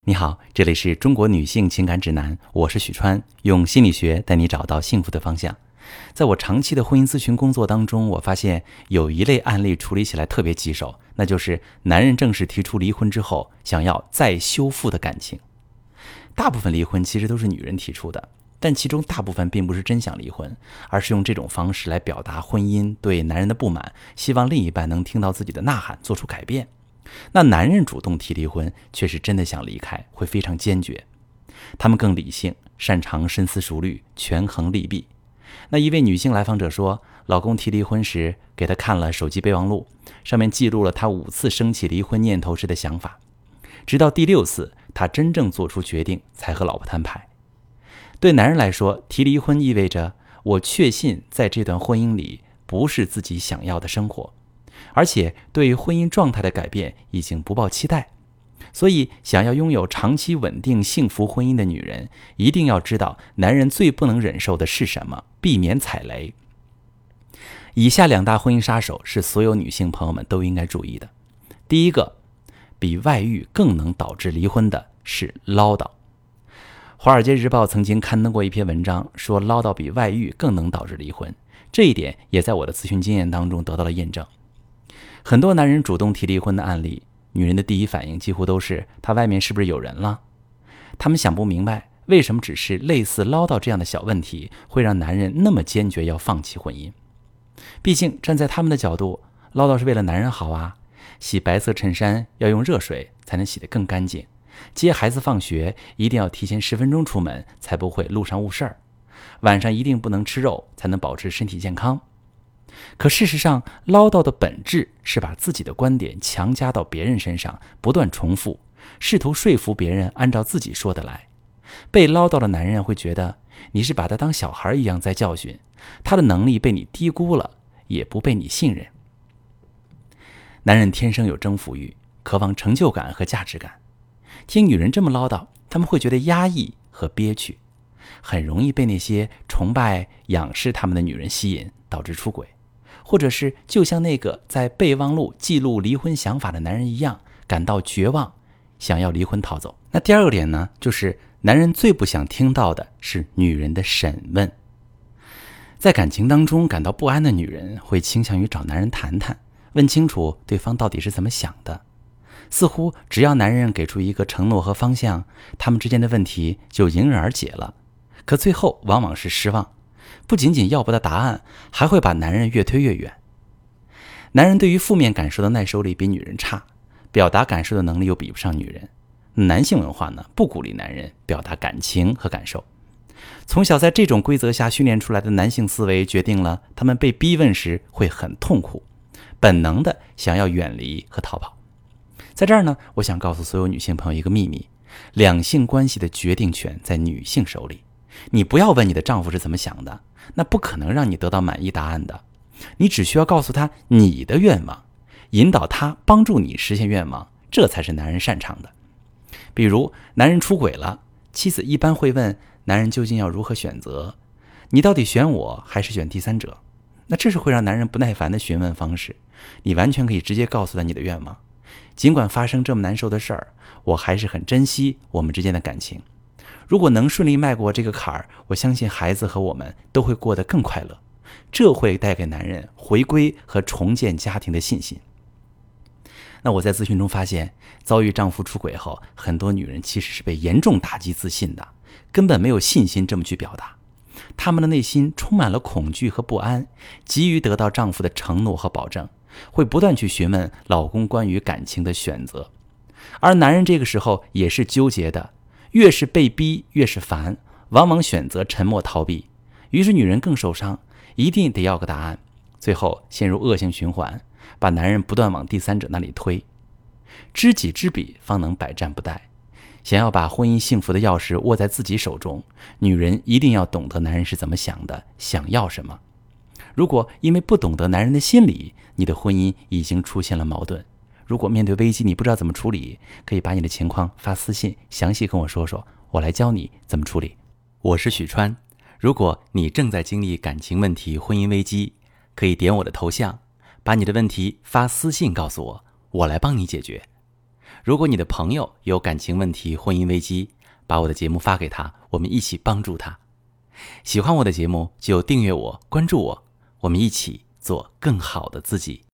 你好，这里是中国女性情感指南，我是许川，用心理学带你找到幸福的方向。在我长期的婚姻咨询工作当中，我发现有一类案例处理起来特别棘手，那就是男人正式提出离婚之后，想要再修复的感情。大部分离婚其实都是女人提出的，但其中大部分并不是真想离婚，而是用这种方式来表达婚姻对男人的不满，希望另一半能听到自己的呐喊，做出改变。那男人主动提离婚，却是真的想离开，会非常坚决。他们更理性，擅长深思熟虑，权衡利弊。那一位女性来访者说，老公提离婚时给她看了手机备忘录，上面记录了她5次升起离婚念头时的想法，直到第6次，她真正做出决定，才和老婆摊牌。对男人来说，提离婚意味着我确信在这段婚姻里不是自己想要的生活，而且对婚姻状态的改变已经不抱期待。所以想要拥有长期稳定幸福婚姻的女人，一定要知道男人最不能忍受的是什么，避免踩雷。以下2大婚姻杀手是所有女性朋友们都应该注意的。第一个，比外遇更能导致离婚的是唠叨。华尔街日报曾经刊登过一篇文章，说唠叨比外遇更能导致离婚，这一点也在我的咨询经验当中得到了验证。很多男人主动提离婚的案例，女人的第一反应几乎都是他外面是不是有人了？他们想不明白，为什么只是类似唠叨这样的小问题，会让男人那么坚决要放弃婚姻。毕竟站在他们的角度，唠叨是为了男人好啊，洗白色衬衫要用热水才能洗得更干净，接孩子放学一定要提前10分钟出门，才不会路上误事儿，晚上一定不能吃肉，才能保持身体健康。可事实上，唠叨的本质是把自己的观点强加到别人身上，不断重复，试图说服别人按照自己说的来。被唠叨的男人会觉得你是把他当小孩一样在教训，他的能力被你低估了，也不被你信任。男人天生有征服欲，渴望成就感和价值感。听女人这么唠叨，他们会觉得压抑和憋屈，很容易被那些崇拜仰视他们的女人吸引，导致出轨。或者是就像那个在备忘录记录离婚想法的男人一样，感到绝望，想要离婚逃走。那第2个点呢，就是男人最不想听到的是女人的审问。在感情当中感到不安的女人，会倾向于找男人谈谈，问清楚对方到底是怎么想的。似乎只要男人给出一个承诺和方向，他们之间的问题就迎刃而解了。可最后往往是失望，不仅仅要不到答案，还会把男人越推越远。男人对于负面感受的耐受力比女人差，表达感受的能力又比不上女人。男性文化呢，不鼓励男人表达感情和感受。从小在这种规则下训练出来的男性思维，决定了他们被逼问时会很痛苦，本能的想要远离和逃跑。在这儿呢，我想告诉所有女性朋友一个秘密，两性关系的决定权在女性手里。你不要问你的丈夫是怎么想的，那不可能让你得到满意答案的。你只需要告诉他你的愿望，引导他帮助你实现愿望，这才是男人擅长的。比如男人出轨了，妻子一般会问男人究竟要如何选择，你到底选我还是选第三者？那这是会让男人不耐烦的询问方式。你完全可以直接告诉他你的愿望，尽管发生这么难受的事儿，我还是很珍惜我们之间的感情。如果能顺利迈过这个坎儿，我相信孩子和我们都会过得更快乐。这会带给男人回归和重建家庭的信心。那我在咨询中发现，遭遇丈夫出轨后，很多女人其实是被严重打击自信的，根本没有信心这么去表达。她们的内心充满了恐惧和不安，急于得到丈夫的承诺和保证，会不断去询问老公关于感情的选择。而男人这个时候也是纠结的，越是被逼越是烦，往往选择沉默逃避，于是女人更受伤，一定得要个答案，最后陷入恶性循环，把男人不断往第三者那里推。知己知彼，方能百战不殆。想要把婚姻幸福的钥匙握在自己手中，女人一定要懂得男人是怎么想的，想要什么。如果因为不懂得男人的心理，你的婚姻已经出现了矛盾。如果面对危机你不知道怎么处理，可以把你的情况发私信，详细跟我说说，我来教你怎么处理。我是许川，如果你正在经历感情问题、婚姻危机，可以点我的头像，把你的问题发私信告诉我，我来帮你解决。 如果你的朋友有感情问题、婚姻危机，把我的节目发给他，我们一起帮助他。喜欢我的节目就订阅我、关注我，我们一起做更好的自己。